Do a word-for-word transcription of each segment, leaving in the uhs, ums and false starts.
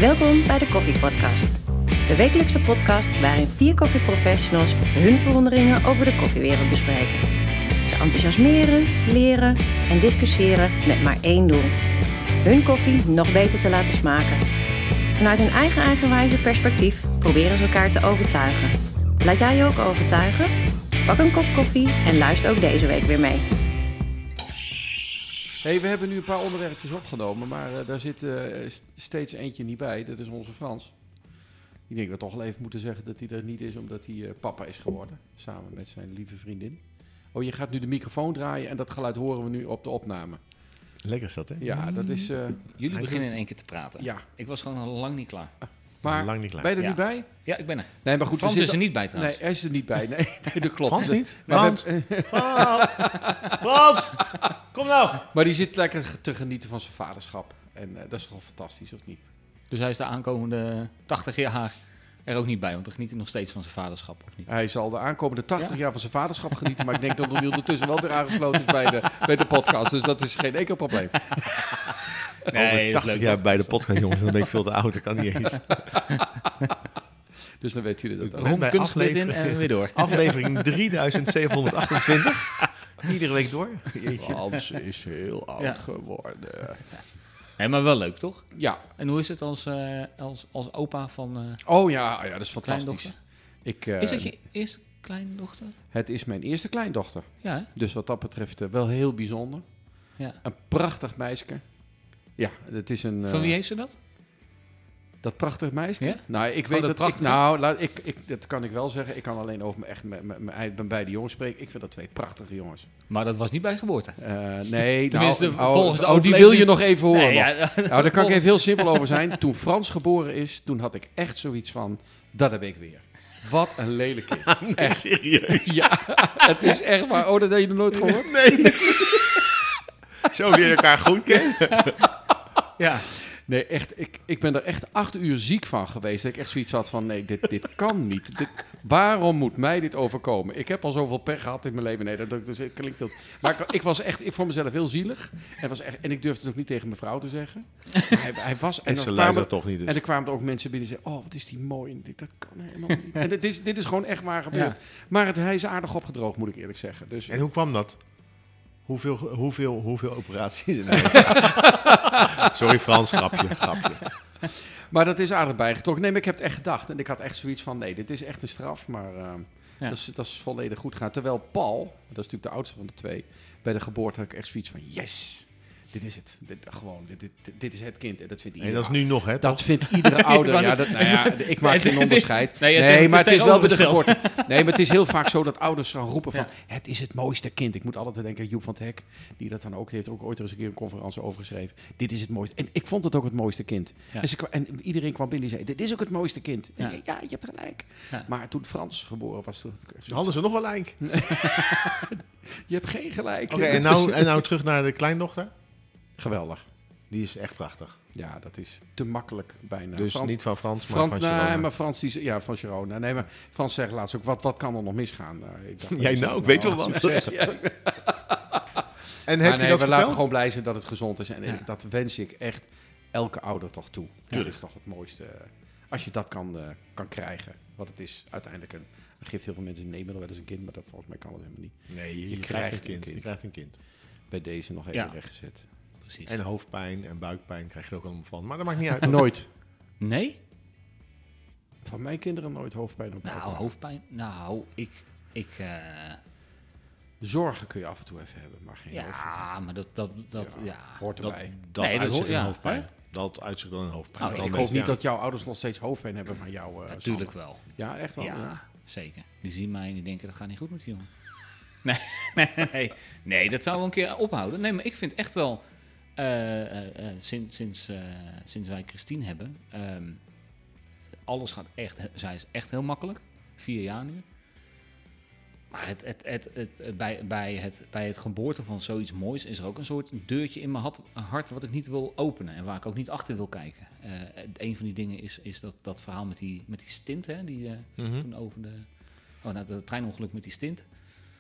Welkom bij de Koffie Podcast. De wekelijkse podcast waarin vier koffieprofessionals hun verwonderingen over de koffiewereld bespreken. Ze enthousiasmeren, leren en discussiëren met maar één doel: hun koffie nog beter te laten smaken. Vanuit hun eigen eigenwijze perspectief proberen ze elkaar te overtuigen. Laat jij je ook overtuigen? Pak een kop koffie en luister ook deze week weer mee. Hey, we hebben nu een paar onderwerpjes opgenomen, maar uh, daar zit uh, st- steeds eentje niet bij. Dat is onze Frans. Ik denk dat we toch wel even moeten zeggen dat hij er niet is, omdat hij uh, papa is geworden. Samen met zijn lieve vriendin. Oh, je gaat nu de microfoon draaien en dat geluid horen we nu op de opname. Lekker is dat, hè? Ja, dat is... Uh, Jullie beginnen in één keer te praten. Ja. Ik was gewoon al lang niet klaar. Maar Lang niet klaar. ben je er Ja. nu bij? Ja, ik ben er. Nee, maar goed. Frans we is er zitten- niet bij trouwens. Nee, hij is er niet bij. Nee, nee dat klopt. Frans niet? Maar, Frans? we- Frans! Frans! Kom nou! maar die zit lekker te genieten van zijn vaderschap. En uh, dat is toch fantastisch, of niet? Dus hij is de aankomende tachtig jaar er ook niet bij, want dan geniet hij nog steeds van zijn vaderschap, of niet? Hij zal de aankomende tachtig Ja. jaar van zijn vaderschap genieten, maar ik denk dat hij ondertussen wel weer aangesloten is bij de, bij de podcast. Dus dat is geen enkel probleem. Over tachtig jaar bij de podcast, jongens. Dan ben ik veel te oud. Dat kan niet eens. Dus dan weten jullie dat ook. ben Hond bij kunstsplit in aflevering- en weer door. Aflevering drieduizend zevenhonderdachtentwintig. Iedere week door. Jeetje. Frans is heel oud Ja. geworden. Nee, maar wel leuk, toch? Ja. En hoe is het als, uh, als, als opa van uh, Oh ja, ja, dat is fantastisch. kleindochter? Ik, uh, Is dat je eerste kleindochter? Het is mijn eerste kleindochter. Ja, hè? Dus wat dat betreft uh, wel heel bijzonder. Ja. Een prachtig meisje. Ja, het is een... Uh, Van wie heeft ze dat? Dat prachtig meisje? Ja? Nou, ik Van weet dat dat ik... prachtige? Nou, laat, ik, ik, dat kan ik wel zeggen. Ik kan alleen over me echt met mijn beide jongens spreken. Ik vind dat twee prachtige jongens. Maar dat was niet bij geboorte. Uh, nee, Tenminste, nou, oh, volgens de oh, die wil overlevering- je nog even horen. Nee, nog. ja, Nou, daar kan ik even heel simpel over zijn. Toen Frans geboren is, toen had ik echt zoiets van, dat heb ik weer. Wat een lelijk kind. Echt. Serieus? Ja, het is echt waar. Oh, dat heb je nog nooit gehoord? Nee. Zo leer je elkaar goed kennen. ja. Nee, echt. Ik, ik ben er echt acht uur ziek van geweest. Dat ik echt zoiets had van, nee, dit, dit kan niet. Dit, waarom moet mij dit overkomen? Ik heb al zoveel pech gehad in mijn leven. Nee, dat, dat, dat klinkt dat. Maar ik, ik was echt, ik vond mezelf heel zielig. En, was echt, en ik durfde het ook niet tegen mijn vrouw te zeggen. Maar hij, hij was... En dan ze kwamen- luisteren toch niet dus. En er kwamen er ook mensen binnen die zeiden, oh, wat is die mooi. En ik dacht, dat kan helemaal niet. En dit is, dit is gewoon echt waar gebeurd. Ja. Maar het, hij is aardig opgedroogd, moet ik eerlijk zeggen. Dus, En hoe kwam dat? Hoeveel, hoeveel, hoeveel operaties? In de Sorry Frans, grapje, grapje. maar dat is aardig bijgetrokken. Nee, maar ik heb het echt gedacht. En ik had echt zoiets van, nee, dit is echt een straf. Maar uh, Ja. dat, is, dat is volledig goed gaan. Terwijl Paul, dat is natuurlijk de oudste van de twee, bij de geboorte had ik echt zoiets van, yes, dit is het. Dit, gewoon, dit, dit, dit is het kind. En dat vindt En iedereen. dat is nu nog, hè? Dat vindt iedere ouder. Ja, dat, nou ja, ik maak geen onderscheid. Nee, jij Nee, zegt het maar is het is wel bij de tegenovergesteld. geboorte. Nee, maar het is heel vaak zo dat ouders gaan roepen van... Ja. het is het mooiste kind. Ik moet altijd denken aan Joep van het Hek. Die dat dan ook, die heeft ook ooit er eens een keer een conferentie over geschreven. Dit is het mooiste. En ik vond het ook het mooiste kind. Ja. En, ze, kwa- en iedereen kwam binnen en zei... dit is ook het mooiste kind. En Ja. ik, ja, je hebt gelijk. Ja. Maar toen Frans geboren was... Toen, had ik echt zoiets Hadden ze nog wel lijk. van, je hebt geen gelijk. Oké, en, nou, en nou terug naar de kleindochter. Geweldig. Die is echt prachtig. Ja, dat is te makkelijk bijna. Dus Frans- niet van Frans, maar Frans, van nee, Sharona. maar Frans, die, z- ja, van Sharona. Nee, maar Frans zegt laatst ook, wat, wat kan er nog misgaan? Nou, ik dacht, Jij dat is nou, ook ik weet wel wel wat. succes, ja. En Maar heb je nee, dat we verteld? laten gewoon blij zijn dat het gezond is. En Ja. ik- dat wens ik echt elke ouder toch toe. Dat Tuurlijk. is toch het mooiste. eh, Als je dat kan, eh, kan krijgen. Want het is uiteindelijk een... Er geeft heel veel mensen nemen wel eens een kind, maar dat, volgens mij kan dat helemaal niet. Nee, je, Je krijgt krijgt een een kind. kind. Je krijgt een kind. Bij deze nog even Ja. rechtgezet. Precies. En hoofdpijn en buikpijn krijg je er ook allemaal van. Maar dat maakt niet uit. Nooit. Nee? Van mijn kinderen nooit hoofdpijn op. Nou, hoofdpijn. Nou, ik... ik uh, Zorgen kun je af en toe even hebben, maar geen hoofdpijn. ja, maar dat... dat, dat Ja, ja, hoort dat- erbij. Dat Nee, dat uitzicht hoor- in ja, hoofdpijn. hè? Dat uitzicht dan in hoofdpijn. Nou, Dat Ik kan hoop niet best, ja. dat jouw ouders nog steeds hoofdpijn hebben van jou. uh, Natuurlijk Sander. wel. Ja, echt wel. Ja, Ja. zeker. Die zien mij en die denken, dat gaat niet goed met die jongen. Nee, nee, nee. Nee, dat zou wel een keer ophouden. Nee, maar ik vind echt wel... eh, eh, eh, sinds, sinds, eh, sinds wij Christine hebben... ehm, alles gaat echt... Zij is echt heel makkelijk. Vier jaar nu. Maar het, het, het, het, het- bij, bij, het, bij het geboorte van zoiets moois... is er ook een soort deurtje in mijn hart, hart... wat ik niet wil openen en waar ik ook niet achter wil kijken. Eh, een van die dingen is, is dat, dat verhaal met die, met die stint, hè, die... eh, Mhm. toen over de, oh, nou, de treinongeluk met die stint.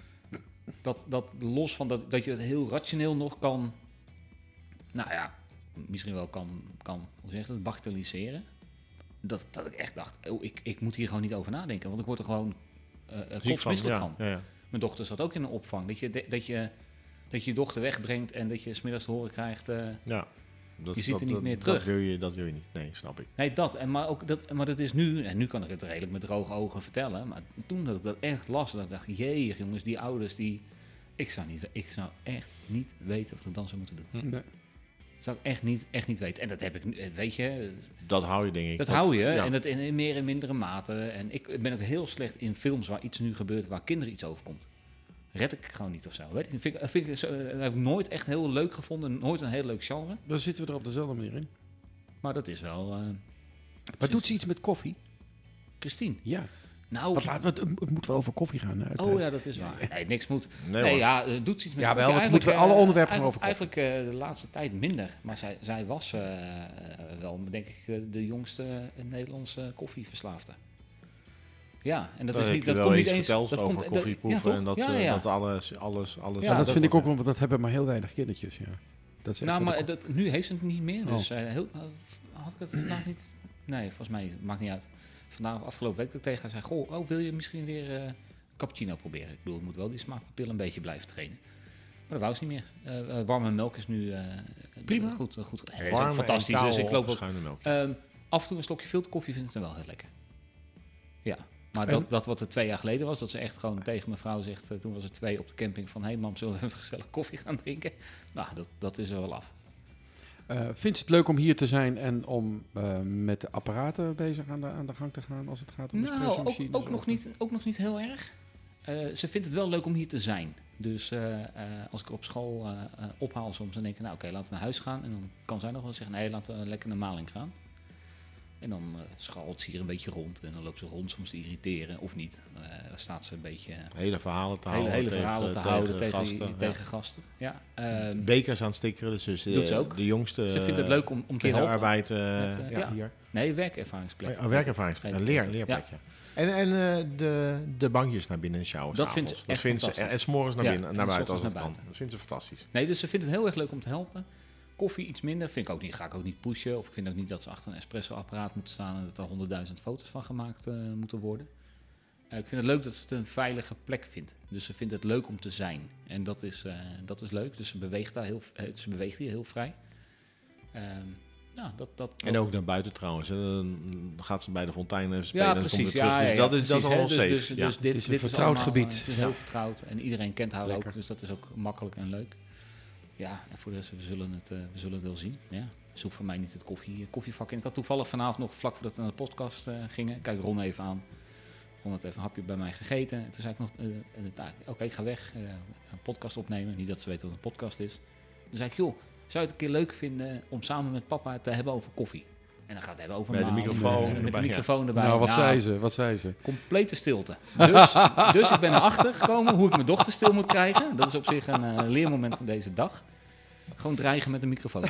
Dat, dat los van dat, dat je het heel rationeel nog kan, nou ja, misschien wel kan, kan hoe zeg je dat, bagatelliseren. Dat, dat ik echt dacht, oh, ik, ik moet hier gewoon niet over nadenken. Want ik word er gewoon uh, kotsmisselijk van. Ja, ja. Mijn dochter zat ook in een opvang. Dat je, de, dat je, dat je je dochter wegbrengt en dat je 's middags te horen krijgt... Uh, ja. Dat, je ziet dat, er niet dat, meer dat terug. Wil je, dat wil je niet. Nee, snap ik. Nee, dat. En maar, ook dat. maar dat is nu... En nu kan ik het redelijk met droge ogen vertellen. Maar toen dat ik dat echt las, dat ik dacht... Jee, jongens, die ouders die... Ik zou, niet, ik zou echt niet weten wat ik dan zou moeten doen. Nee. Dat zou ik echt niet, echt niet weten. En dat heb ik nu... Weet je... Dat hou je, denk ik. Dat, dat hou je. Ja. En dat in, in meer en mindere mate. En ik ben ook heel slecht in films waar iets nu gebeurt... waar kinderen iets overkomt. Red ik gewoon niet of zo. Weet ik, vind, vind ik, zo, heb ik nooit echt heel leuk gevonden. Nooit een heel leuk genre. Dan zitten we er op dezelfde manier in. Maar dat is wel... Uh, Maar doet ze iets met koffie? Christine. Ja. Nou... Wat laat, wat, het moet wel over koffie gaan. Uit, Oh ja, dat is waar. Nee, niks moet. Nee, Nee, hoor. ja, uh, doet ze iets met Ja, koffie. wel, het moeten we Eigenlijk, alle uh, onderwerpen gaan eigenlijk, over koffie. Eigenlijk uh, de laatste tijd minder. Maar zij, zij was uh, uh, wel, denk ik, uh, de jongste uh, Nederlandse koffieverslaafde. Ja, en dat Daar is heb niet... je Dat wel komt niet iets eens... verteld Dat over komt, koffieproeven ja, toch? en dat, ja, uh, ja. dat alles, alles, alles... Ja, Ja, dat, dat vind ik wel- ook wel, want dat hebben maar heel weinig kindertjes. Ja. Dat is echt Nou, wel- maar dat, nu heeft ze het niet meer. Dus Oh. uh, heel, uh, had ik het vandaag niet... Nee, volgens mij niet. Maakt niet uit. Vandaag, afgelopen week, dat ik tegen haar zei... Goh, oh, wil je misschien weer uh, cappuccino proberen? Ik bedoel, ik moet wel die smaakpapil een beetje blijven trainen. Maar dat wou ze niet meer. Uh, uh, warme melk is nu uh, Prima. goed. Uh, goed. Hij is Warme ook fantastisch. en Dus ik loop ook... schuine melk. Um, af en toe een slokje filterkoffie vind ik dan wel heel lekker. Ja. Maar En- dat, dat wat er twee jaar geleden was, dat ze echt gewoon tegen mijn vrouw zegt... Uh, toen was er twee op de camping van... Hé hey mam, zullen we even gezellig koffie gaan drinken? Nou, dat, dat is er wel af. Uh, vindt ze het leuk om hier te zijn en om uh, met de apparaten bezig aan de, aan de gang te gaan als het gaat om Nou, ook, espresso-machines? ook, nog of- niet, ook nog niet heel erg. Uh, ze vindt het wel leuk om hier te zijn. Dus uh, uh, als ik op school uh, uh, ophaal soms, dan denk ik... Nou, oké, okay, laten we naar huis gaan. En dan kan zij nog wel zeggen... Nee, laten we lekker naar Maling gaan. En dan uh, scharrelt ze hier een beetje rond. En dan loopt ze rond soms te irriteren, of niet. Uh, dan staat ze een beetje... Uh, Hele verhalen te hele, houden. hele tegen, verhalen te tegen houden tegen gasten. gasten. Tegen gasten. Ja. Um, Bekers aan het stickeren, dus, dus Doet ze uh, ook. de jongste Ze vindt het leuk om, om te helpen. kinderarbeid uh, Met, uh, ja, ja. hier. Nee, werkervaringsplek. Oh, werkervaringsplek, een leer, Ja. leerplek, ja. En, en uh, de, de bankjes naar binnen en showers. Dat vindt ze dat echt vindt ze, fantastisch. en, en 's morgens naar Ja, binnen, en naar s buiten als het ochtends naar kan. Dat vindt ze fantastisch. Nee, dus ze vindt het heel erg leuk om te helpen. Koffie iets minder, vind ik ook niet, ga ik ook niet pushen. Of ik vind ook niet dat ze achter een espresso-apparaat moeten staan en dat er honderdduizend foto's van gemaakt uh, moeten worden. Uh, ik vind het leuk dat ze het een veilige plek vindt. Dus ze vindt het leuk om te zijn. En dat is, uh, dat is leuk. Dus ze beweegt daar heel, uh, ze beweegt hier heel vrij. Uh, nou, dat, dat, En dat- ook naar buiten trouwens. hè. Dan gaat ze bij de fontein even spelen Ja, en dan komt precies. ze terug. Ja, Dus ja, dat ja, is, dat is precies, al hè. safe. Dus, dus, ja. dus dit, Het is een dit vertrouwd allemaal, gebied. uh, Het is heel vertrouwd en iedereen kent haar Lekker. ook. Dus dat is ook makkelijk en leuk. Ja, en voor de rest, we zullen het, uh, we zullen het wel zien. Ja. Ze hoeft voor mij niet het koffie, koffievak in. Ik had toevallig vanavond nog, vlak voordat we naar de podcast uh, gingen, kijk Ron even aan. Ron had even een hapje bij mij gegeten. En toen zei ik nog, uh, uh, oké, okay, ik ga weg, uh, een podcast opnemen. Niet dat ze weten wat een podcast is. Toen zei ik, joh, zou je het een keer leuk vinden om samen met papa te hebben over koffie? En dan gaat het hebben over Met de Maling, microfoon uh, met de erbij, ja. microfoon erbij. Nou, wat Nou, zei ze? Wat zei ze? Complete stilte. Dus, dus ik ben erachter gekomen hoe ik mijn dochter stil moet krijgen. Dat is op zich een uh, leermoment van deze dag. Gewoon dreigen met een microfoon.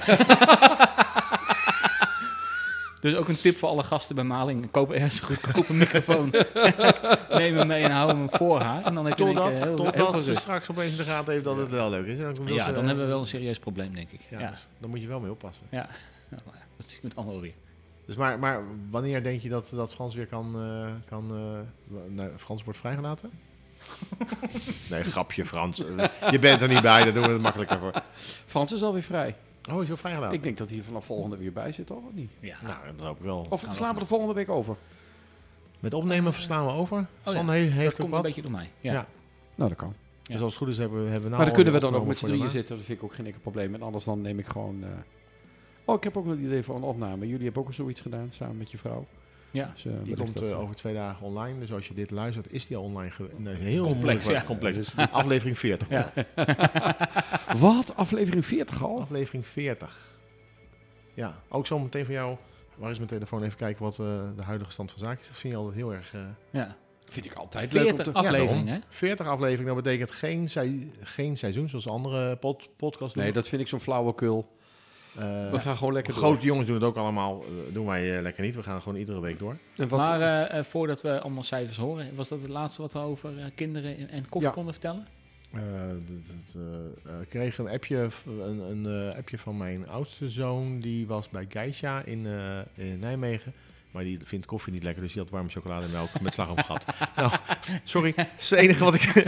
Dus ook een tip voor alle gasten bij Maling. Koop ergens een goedkope microfoon. Neem hem mee en hou hem voor haar. En dan heb je in één Totdat, keer heel, heel totdat veel ze rust. straks opeens in de gaten heeft dat het wel leuk is. En dan, wil Ja, ze, dan hebben we wel een serieus probleem, denk ik. Ja, Ja, dus daar moet je wel mee oppassen. ja. Nou, dat zien we het allemaal weer. Dus maar, maar wanneer denk je dat, dat Frans weer kan... Uh, kan uh, nou, Frans wordt vrijgelaten? Nee, grapje Frans. Je bent er niet bij, daar doen we het makkelijker voor. Frans is alweer vrij. Oh, is hij vrijgelaten? Ik denk dat hij er vanaf volgende weer bij zit, toch? Of niet? Ja. Nou, dat hoop ik wel. Of Gaan we slaan we de volgende week over? Met opnemen verslaan we over. ja. Sander heeft, Dat heeft ook komt wat. een beetje door mij. Ja. Ja. Nou, dat kan. Dus als het goed is hebben we, hebben we nou maar dan kunnen we alweer dan ook met z'n opgenomen drieën voor zitten. Dat vind ik ook geen enkel probleem. En anders dan neem ik gewoon... Uh... Oh, ik heb ook wel een idee voor een opname. Jullie hebben ook zoiets gedaan, samen met je vrouw. Ja. Dus, uh, daarna. Die wellicht komt dat, uh, uh, over twee dagen online. Dus als je dit luistert, is die al online geweest. Nee, heel Complex, moeilijk, ja. maar complex. Dus aflevering veertig. Ja. Wat? Aflevering veertig al? Aflevering veertig. Ja, ook zo meteen van jou. Waar is mijn telefoon? Even kijken wat uh, de huidige stand van zaken is. Dat vind je altijd heel erg... Uh, Ja. Vind ik altijd leuk om veertig te... afleveringen, hè? veertig afleveringen, dat betekent geen, se- geen seizoen zoals andere pod podcasts doen. Nee, dat vind ik zo'n flauwekul. Uh, We gaan gewoon lekker grote door. jongens doen het ook allemaal. Uh, doen wij uh, lekker niet. We gaan gewoon iedere week door. En wat, Maar uh, uh, voordat we allemaal cijfers horen, was dat het laatste wat we over uh, kinderen en- en koffie Ja. konden vertellen? Uh, d- d- d- uh, ik kreeg een appje, v- een, een uh, appje van mijn oudste zoon. Die was bij Geisha in, uh, in Nijmegen. Maar die vindt koffie niet lekker, dus die had warme chocolademelk met slagroom gehad. Nou, sorry, dat is het enige wat ik...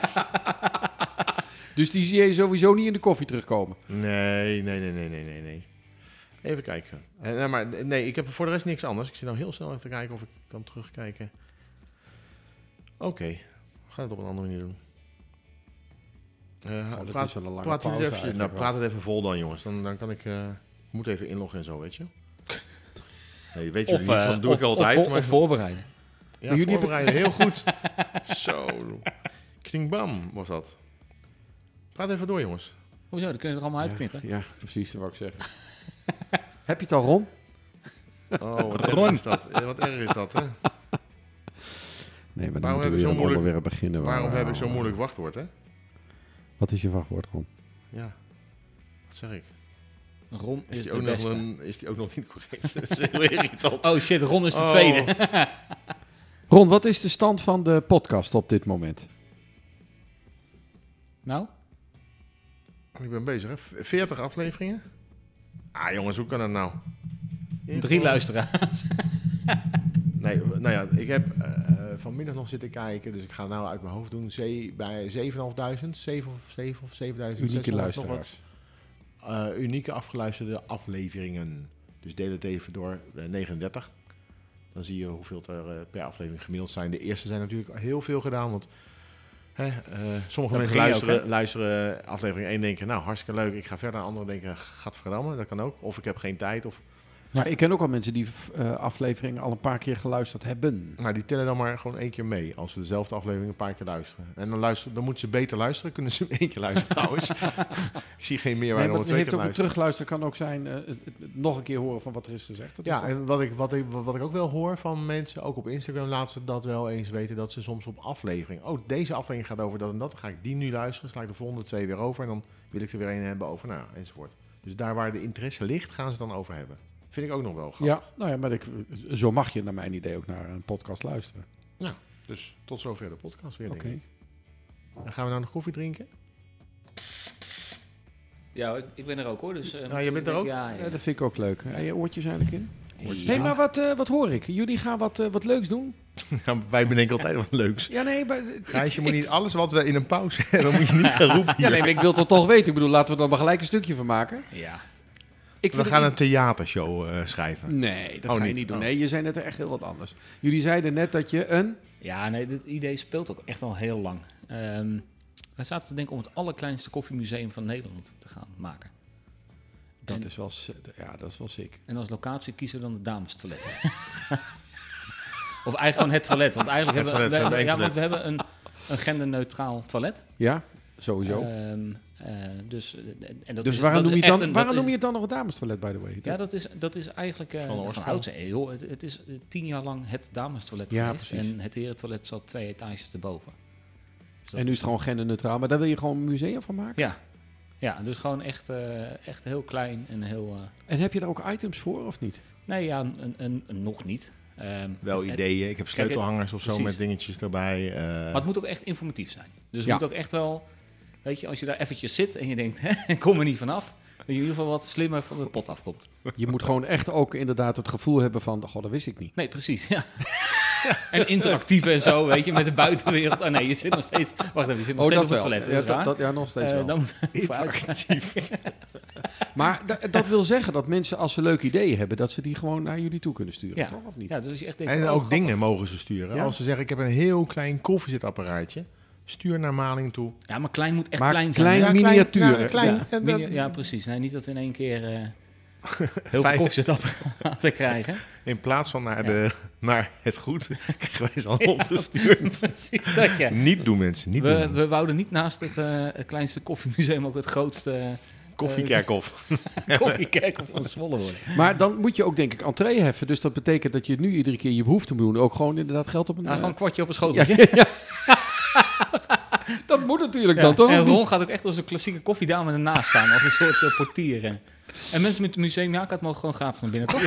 Dus die zie je sowieso niet in de koffie terugkomen? Nee, nee, nee, nee, nee, nee, nee. Even kijken. Uh, nou, maar nee, ik heb voor de rest niks anders. Ik zit nou heel snel even te kijken of ik kan terugkijken. Oké, okay. We gaan het op een andere manier doen. Uh, Oh, dat praat, is wel een lange praat, pauze even, eigenlijk nou, wel. praat het even vol dan, jongens. Dan, dan kan ik... Uh, ik moet even inloggen en zo, weet je. Nee, weet je Of, niet, uh, dat doe of, ik altijd. Of, voor, maar of voorbereiden. ja, Maar jullie voorbereiden, heel goed. Zo. Kningbam was dat. Praat even door, jongens. Hoezo, dan kun je het er allemaal Ja, uitknippen. ja, precies, dat wou ik zeggen. Heb je het al, Ron? Oh, wat erg Ron. is dat. Ja, wat erg is dat, hè? Nee, maar dan Waarom moeten heb we ik weer zo'n een moeilijk- onderwerp beginnen. waar Waarom we heb ik al- zo'n moeilijk wachtwoord, hè? Wat is je wachtwoord, Ron? Ja, dat zeg ik. Ron Is is die, de ook nog, beste. een, is die ook nog niet correct? Dat is heel irritant. Oh shit, Ron is de Oh. tweede. Ron, wat is de stand van de podcast op dit moment? Nou? Ik ben bezig, hè? veertig afleveringen? Ah, jongens, hoe kan dat nou? Drie luisteraars. Nee, nou ja, ik heb uh, vanmiddag nog zitten kijken, dus ik ga nou uit mijn hoofd doen. Ze- bij zevenduizend vijfhonderd, zeven of zeven of zevenduizend Unieke zeshonderd nog wat. luisteraars. Uh, unieke afgeluisterde afleveringen. Dus deel het even door uh, negenendertig. Dan zie je hoeveel er uh, per aflevering gemiddeld zijn. De eerste zijn natuurlijk heel veel gedaan. Want hè, uh, sommige Dat mensen begin je ook, luisteren, luisteren aflevering één denken... nou, hartstikke leuk, ik ga verder. Anderen denken, gadverdamme, dat kan ook. Of ik heb geen tijd. Of... Maar ik ken ook al mensen die uh, afleveringen al een paar keer geluisterd hebben. Maar die tellen dan maar gewoon één keer mee. Als ze dezelfde aflevering een paar keer luisteren. En dan, luisteren, dan moeten ze beter luisteren. Kunnen ze hem één keer luisteren trouwens. Ik zie geen Nee, meerwaarde maar om het het twee heeft keer ook te een luisteren. terugluisteren kan ook zijn uh, het- het nog een keer horen van wat er is gezegd. Dat is Ja, toch- en wat ik, wat, ik, wat ik ook wel hoor van mensen, ook op Instagram, laten ze dat wel eens weten, dat ze soms op aflevering, oh, deze aflevering gaat over dat en dat, dan ga ik die nu luisteren, sla ik de volgende twee weer over en dan wil ik er weer een hebben over, nou ja, enzovoort. Dus daar waar de interesse ligt, gaan ze het dan over hebben. Vind ik ook nog wel grappig. Ja, nou ja, maar ik, zo mag je naar mijn idee ook naar een podcast luisteren. Dus tot zover de podcast weer, Oké. denk ik. Dan gaan we nou nog koffie drinken? Ja, ik, ik ben er ook hoor. Dus, uh, Ja, je bent er ook? Ja, Ja, ja. dat vind ik ook leuk. Ja, je oortjes eigenlijk in. Oortjes. Nee, Ja. maar wat, uh, wat hoor ik? Jullie gaan wat, uh, wat leuks doen? Ja, wij bedenken altijd wat leuks. Ja, nee, maar... Gijs, je ik- moet ik- niet alles wat we in een pauze hebben, moet je niet gaan roepen Ja, hier. nee, maar ik wil het toch weten. Ik bedoel, laten we er maar gelijk een stukje van maken. ja. Ik We vind gaan het een theatershow uh, schrijven. niet- Nee, dat Oh, ga je niet? niet doen. Oh. Nee, je zei net echt heel wat anders. Jullie zeiden net dat je een... Ja, nee, dit idee speelt ook echt al heel lang. Um, wij zaten te denken om het allerkleinste koffiemuseum van Nederland te gaan maken. Dat En- is wel, s- ja, dat is wel sick. En als locatie kiezen we dan de damestoilet. Of eigenlijk gewoon het toilet. Want eigenlijk Het hebben we, toilet, we, we hebben ja, één want we hebben een, een genderneutraal toilet. Ja, sowieso. Ehm, eh, dus, eh, en dat dus is, waarom, dat noem je, is het echt dan, een- waarom dat noem is- je het dan nog het damestoilet, by the way? Ja, dat is, dat is eigenlijk uh, Van van, oorsprong. ouds. eh, joh, het, het is eh, tien jaar lang het damestoilet Ja, geweest. precies. En het herentoilet zat twee etages erboven. Dus dat En nu is het gewoon genderneutraal. Maar daar wil je gewoon een museum van maken? Ja. Ja, dus gewoon echt, eh, echt heel klein en heel... eh, En heb je daar ook items voor of niet? nee, ja, een, een, een- nog niet. Ehm, Wel het- ideeën. Ik heb sleutelhangers of zo precies. met dingetjes erbij. uh, Maar het moet ook echt informatief zijn. Dus het Ja. moet ook echt wel... Weet je, als je daar eventjes zit en je denkt... Hè, ik kom er niet vanaf. Dat je in ieder geval wat slimmer van de pot afkomt. Je moet gewoon echt ook inderdaad het gevoel hebben van... Goh, dat wist ik niet. Nee, precies, ja. En interactief en zo, weet je, met de buitenwereld. Oh nee, je zit nog steeds... Wacht even, je zit nog steeds op het toilet. Ja, Dat is dat, raar. dat, ja, nog steeds Eh, wel. dan moet interactief. Maar da- dat wil zeggen dat mensen, als ze leuke ideeën hebben... dat ze die gewoon naar jullie toe kunnen sturen, Ja. toch? Of niet? Ja, dus als je echt denkt... En van, ook oh, grappig. dingen mogen ze sturen. Ja. Als ze zeggen, ik heb een heel klein koffiezetapparaatje. Stuur naar Maling toe. Ja, maar klein moet echt Maar klein zijn. klein hè? Ja, miniatuur. Ja, klein. Ja. En Mini- dat- ja, precies. Nee, niet dat we in één keer eh, heel veel Vijf- koffiezetapparaten krijgen. In plaats van naar, Ja. de, naar het goed, krijgen wij ze al opgestuurd. Precies dat, ja. Niet doen, mensen. Niet We, doen. we wouden niet naast het, eh, het kleinste koffiemuseum ook het grootste eh, Koffiekerkhof. koffiekerkhof van Zwolle worden. Maar dan moet je ook denk ik entree heffen. Dus dat betekent dat je nu iedere keer je behoefte moet doen. Ook gewoon inderdaad geld op een... Nou, eh, gewoon een kwartje op een schoot. ja, leggen. ja. Dat moet natuurlijk Ja. dan, toch? En Of niet? Ron gaat ook echt als een klassieke koffiedame ernaast staan. Als een soort eh, portier. eh. En mensen met het museumjaarkaart mogen gewoon gratis naar binnen, toch?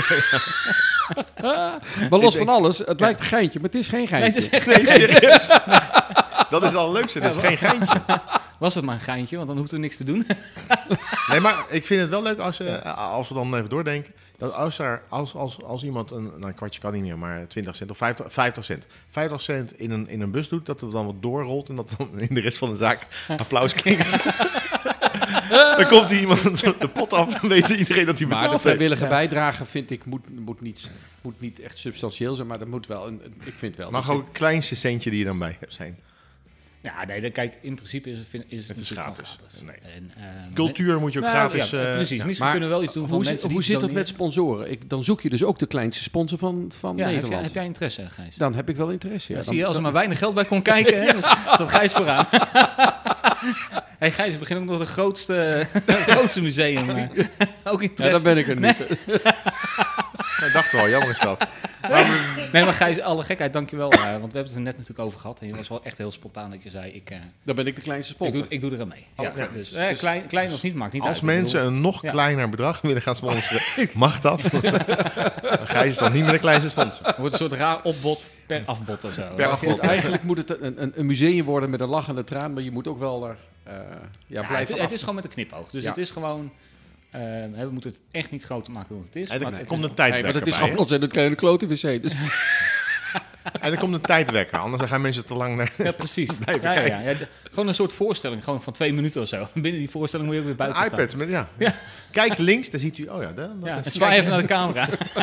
Maar los Ik van alles, het lijkt een geintje, maar het is geen Nee, geintje. het is echt... Nee, serieus. Dat is al het leukste. Dat is geen geintje. was het maar een geintje, want dan hoeft er niks te doen. Nee, maar ik vind het wel leuk als, uh, als we dan even doordenken. Dat als, er, als, als, als iemand een, nou, een kwartje kan niet meer, maar twintig cent of vijftig, vijftig cent. vijftig cent in een, in een bus doet, dat het dan wat doorrolt en dat dan in de rest van de zaak applaus klinkt. Dan komt hier iemand de pot af, dan weet iedereen dat hij Maar betaald de heeft. vrijwillige bijdrage vind ik moet, moet, niet, moet niet echt substantieel zijn, maar dat moet wel. Een, een- ik vind wel. Mag dat ook het kleinste centje die je dan bij hebt zijn. Ja, nee, dan, kijk, in principe is het, vind, is het, Het is natuurlijk gratis. gewoon gratis. En, ehm, Cultuur moet je ook nou, gratis... ja, eh, precies. ja. Misschien Maar kunnen we wel iets doen van hoe zit, mensen hoe die zit het met doneren. sponsoren? Ik, dan zoek je dus ook de kleinste sponsor van, van Ja, heb, Nederland. jij, heb jij interesse, Gijs? Dan heb ik wel interesse. Ja. Ja, Dan- zie je, als er dan- maar weinig geld bij kon kijken, hè, dan staat Gijs vooraan. Hey Gijs, we beginnen ook nog het grootste, het grootste museum. eh. Ook interesse. ja, dan ben ik er niet. Ik dacht wel, jammer is dat. Nee, maar Gijs, alle gekheid, dankjewel. Uh, want we hebben het er net natuurlijk over gehad. En je was wel echt heel spontaan dat je zei, ik, uh, Dan ben ik de kleinste ik, sponsor. doe, ik doe er aan mee. Oh, ja, ja. Dus, Dus- eh, klein, klein of niet, maakt niet Als uit. Ik mensen bedoel, een nog Ja. kleiner bedrag willen gaan sponsoren, mag dat. Gijs is dan niet meer de kleinste sponsor. het wordt een soort raar opbod per afbod of zo. Per afbod. Eigenlijk moet het een, een, een museum worden met een lachende traan, maar je moet ook wel er uh, ja, Ja, het, blijven het af- is gewoon met een knipoog. Dus Ja. het is gewoon... uh, we moeten het echt niet groter maken dan het is. En er maar het komt is- een tijdwekker Nee, maar het is bij, gewoon hè? ontzettend kleine klote wc. Dus En er komt een tijdwekker, anders dan gaan mensen te lang naar... Ja, precies. Ja, Blijven ja, ja, kijken. ja. De- Gewoon een soort voorstelling, gewoon van twee minuten of zo. Binnen die voorstelling moet je ook weer buiten Een staan. iPad, met, ja. Kijk links, dan ziet u... Oh ja, dat, Ja, dat en is- zwaai even naar de camera.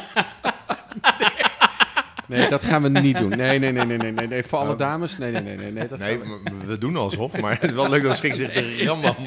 nee, dat gaan we niet doen. Nee, nee, nee, nee, nee, nee, nee. Voor alle Oh. dames. Nee, nee, nee, nee, nee. Dat Nee, gaan we- we, we doen alsof, maar het is wel leuk dat Schik zich de rambam.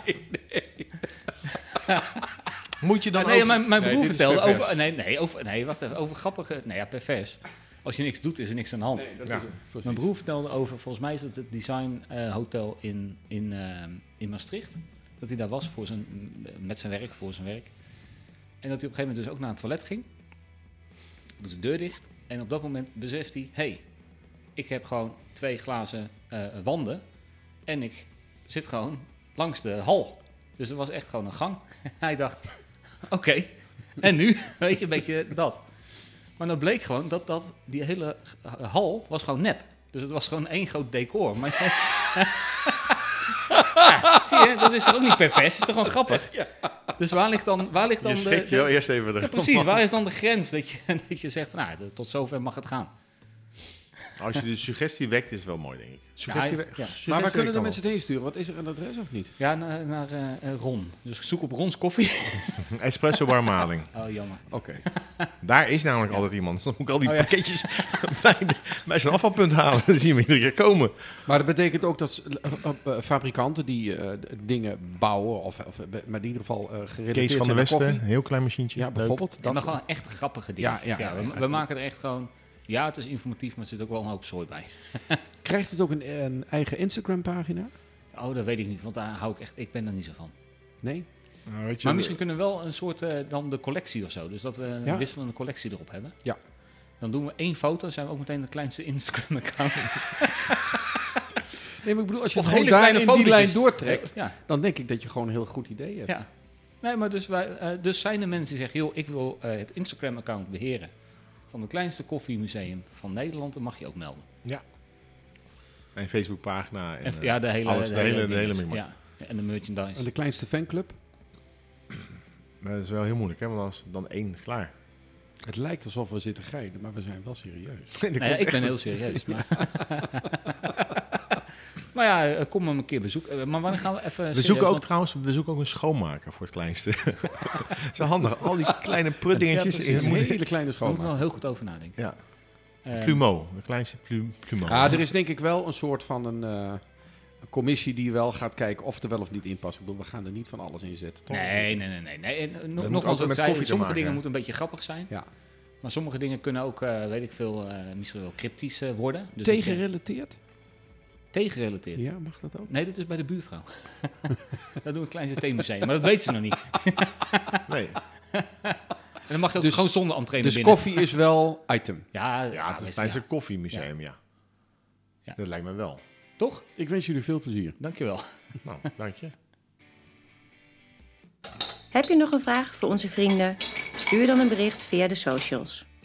Moet je dan nee, ook... mijn, mijn Nee, broer dit is vertelde pervers. over... Nee, nee, over, nee, wacht even. Over grappige... Nee, ja, pervers. Als je niks doet, is er niks aan de hand. Nee, dat Ja. is het. Precies. Mijn broer vertelde over... Volgens mij is het het Design eh, Hotel in, in, eh, in Maastricht. Dat hij daar was voor zijn, met zijn werk, voor zijn werk. En dat hij op een gegeven moment dus ook naar het toilet ging. Doet de deur dicht. En op dat moment beseft hij... hey, ik heb gewoon twee glazen eh, wanden. En ik zit gewoon langs de hal. Dus het was echt gewoon een gang. Hij dacht, oké, en nu? Weet je, een beetje dat. Maar dan bleek gewoon dat, dat die hele uh, hal was gewoon nep. Dus het was gewoon één groot decor. Maar ja, zie je, dat is toch ook niet pervers? Dat is toch gewoon grappig? Dus waar ligt dan, waar ligt dan Je de... schrikt je wel eerst even de Ja, precies, waar is dan de grens dat je, dat je zegt van, nou, tot zover mag het gaan? Als je de suggestie wekt, is het wel mooi, denk ik. Suggestie Ja, wek- ja. suggestie Maar waar kunnen wekt de kan mensen het heen sturen? Wat is er een adres of niet? Ja, naar, naar uh, uh, Ron. Dus zoek op Rons koffie. wel. Espresso warmmaling. Oh, jammer. Oké. Daar is namelijk altijd iemand. Dus dan moet ik al die Oh, ja. pakketjes bij, de- bij zo'n afvalpunt halen. Dan zien we iedere keer komen. Maar dat betekent ook dat uh, uh, uh, fabrikanten die uh, d- dingen bouwen, of, of uh, maar in ieder geval uh, gerelateerd Kees van zijn der aan koffie. Westen, heel klein machientje. Ja, Leuk. bijvoorbeeld. Ja, Dat, maar gewoon echt grappige dingen. Ja, ja, ja, we, ja. we maken er echt gewoon... Ja, het is informatief, maar er zit ook wel een hoop zooi bij. Krijgt het ook een, een eigen Instagram-pagina? Oh, dat weet ik niet, want daar hou ik echt... Ik ben er niet zo van. Nee? Nou, weet je, Maar misschien kunnen we wel een soort... uh, dan de collectie of zo. Dus dat we een Ja? wisselende collectie erop hebben. Ja. Dan doen we één foto, zijn we ook meteen de kleinste Instagram-account. Nee, maar ik bedoel, als je Of het hele gewoon daar kleine in die fotootjes. lijn doortrekt, Ja, dan denk ik dat je gewoon een heel goed idee hebt. ja. Nee, maar dus, wij, uh, dus zijn er mensen die zeggen... joh, ik wil uh, het Instagram-account beheren... van het kleinste koffiemuseum van Nederland. Dan mag je ook melden. een Facebookpagina. En, En, eh, ja, de hele... alles, de hele, de hele dinges. mimmer. Ja, en de merchandise. En de kleinste fanclub? Maar dat is wel heel moeilijk, hè? Want als dan één klaar. Het lijkt alsof we zitten geiden, maar we zijn wel serieus. Er Nou ja, komt ik echt ben heel serieus. Maar, maar ja, uh, kom hem een keer bezoeken. Uh, maar wanneer gaan we even... We serieus, zoeken ook want- trouwens, we zoeken ook een schoonmaker voor het kleinste. Zo handig, al die kleine prutdingetjes. Ja, Het is in- een hele kleine We moeten er schoonmaak. wel heel goed over nadenken. ja, Uh, plumeau, de kleinste plu, plumeau. Ja, er is denk ik wel een soort van een, uh, een commissie die wel gaat kijken of er wel of niet in past. Ik bedoel, we gaan er niet van alles in zetten. Toch? Nee, nee, nee. nee, nee. En, uh, nog- moet nogmaals, ook ook met zei, koffie te sommige maken, dingen hè? moeten een beetje grappig zijn. Ja. Maar sommige dingen kunnen ook, uh, weet ik veel, uh, misschien wel cryptisch uh, worden. Dus Tegengerelateerd? tegengerelateerd. Ja, mag dat ook? Nee, dat is bij de buurvrouw. Dat doen we het kleinste theemuseum. Maar dat weet ze nog niet. Nee, En dan mag je ook Dus- gewoon zonder entree Dus naar binnen. koffie is wel item. Ja, ja, het is het kleinste koffiemuseum, ja. Ja. Dat lijkt me wel. Toch? Ik wens jullie veel plezier. Dankjewel. Nou, dank je. Heb je nog een vraag voor onze vrienden? Stuur dan een bericht via de socials.